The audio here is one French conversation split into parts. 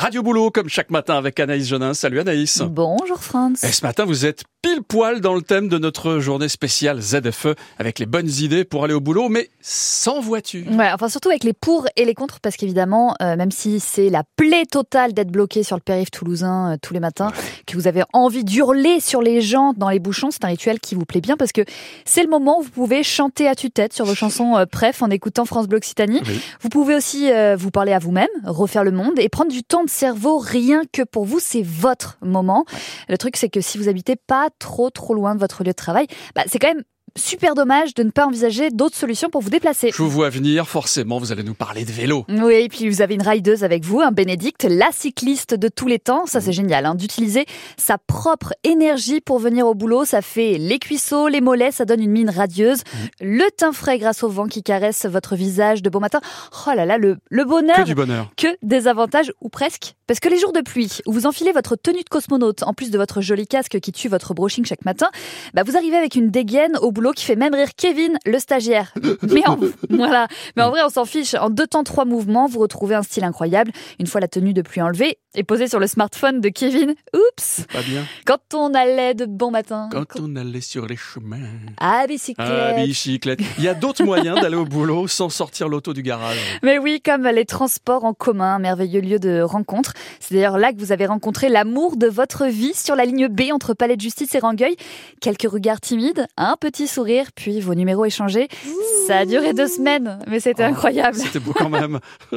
Radio Boulot, comme chaque matin avec Anaïs Jonin. Salut Anaïs. Bonjour Franz. Et ce matin, vous êtes pile poil dans le thème de notre journée spéciale ZFE, avec les bonnes idées pour aller au boulot, mais sans voiture. Ouais, enfin surtout avec les pour et les contre, parce qu'évidemment, même si c'est la plaie totale d'être bloqué sur le périph' toulousain tous les matins, que vous avez envie d'hurler sur les gens dans les bouchons, c'est un rituel qui vous plaît bien, parce que c'est le moment où vous pouvez chanter à tue-tête sur vos chansons préf en écoutant France Bleu Occitanie. Oui. Vous pouvez aussi vous parler à vous-même, refaire le monde et prendre du temps de cerveau rien que pour vous, c'est votre moment. Le truc, c'est que si vous habitez pas trop loin de votre lieu de travail, c'est quand même super dommage de ne pas envisager d'autres solutions pour vous déplacer. Je vous vois venir, forcément, vous allez nous parler de vélo. Oui, et puis vous avez une rideuse avec vous, un Bénédicte, la cycliste de tous les temps. Ça, c'est génial, d'utiliser sa propre énergie pour venir au boulot. Ça fait les cuisseaux, les mollets, ça donne une mine radieuse. Le teint frais grâce au vent qui caresse votre visage de beau matin. Oh là là, le bonheur. Que du bonheur. Que des avantages, ou presque. Parce que les jours de pluie, où vous enfilez votre tenue de cosmonaute, en plus de votre joli casque qui tue votre brushing chaque matin, vous arrivez avec une dégaine au boulot qui fait même rire Kevin, le stagiaire. Mais en vrai, on s'en fiche. En 2 temps 3 mouvements, vous retrouvez un style incroyable. Une fois la tenue de pluie enlevée et posée sur le smartphone de Kevin. Oups! Pas bien. Quand on allait de bon matin. Quand on allait sur les chemins. À bicyclette. Il y a d'autres moyens d'aller au boulot sans sortir l'auto du garage. Mais oui, comme les transports en commun, un merveilleux lieu de rencontre. C'est d'ailleurs là que vous avez rencontré l'amour de votre vie sur la ligne B entre Palais de Justice et Rangueil. Quelques regards timides, un petit sourire, puis vos numéros échangés. Ça a duré 2 semaines, mais c'était incroyable. C'était beau quand même.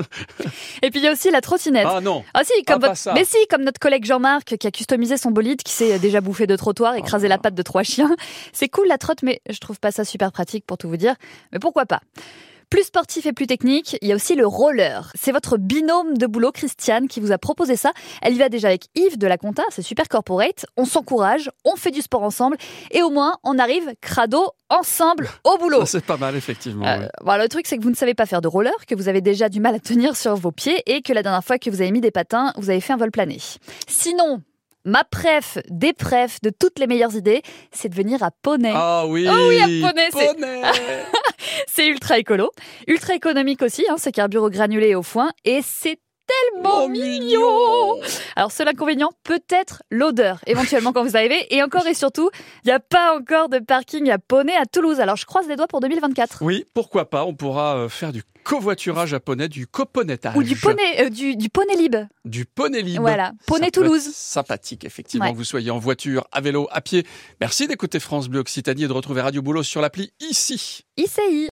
Et puis il y a aussi la trottinette. Ah non. Ah si, comme pas ça. mais si, comme notre collègue Jean-Marc qui a customisé son bolide, qui s'est déjà bouffé de trottoir, écrasé la patte de 3 chiens. C'est cool la trotte, mais je trouve pas ça super pratique pour tout vous dire. Mais pourquoi pas? Plus sportif et plus technique, il y a aussi le roller. C'est votre binôme de boulot, Christiane, qui vous a proposé ça. Elle y va déjà avec Yves de la Compta, c'est super corporate. On s'encourage, on fait du sport ensemble et au moins on arrive crado ensemble au boulot. Ça, c'est pas mal, effectivement. Ouais. Le truc, c'est que vous ne savez pas faire de roller, que vous avez déjà du mal à tenir sur vos pieds et que la dernière fois que vous avez mis des patins, vous avez fait un vol plané. Sinon, ma préf, des préfs, de toutes les meilleures idées, c'est de venir à Poney. Ah oui, à Poney, Poney. C'est ultra écolo, ultra économique aussi, c'est carbure au granulé et au foin, et c'est tellement mignon. Alors seul inconvénient, peut-être l'odeur, éventuellement quand vous arrivez, et encore et surtout, il n'y a pas encore de parking à Poney à Toulouse, alors je croise les doigts pour 2024. Oui, pourquoi pas, on pourra faire du covoiturage à poney, du coponettage. Ou du poney, du poney lib. Du poney libre. Voilà, Poney Toulouse. Sympathique, effectivement, Ouais. que vous soyez en voiture, à vélo, à pied. Merci d'écouter France Bleu Occitanie et de retrouver Radio Boulot sur l'appli ICI. ICI.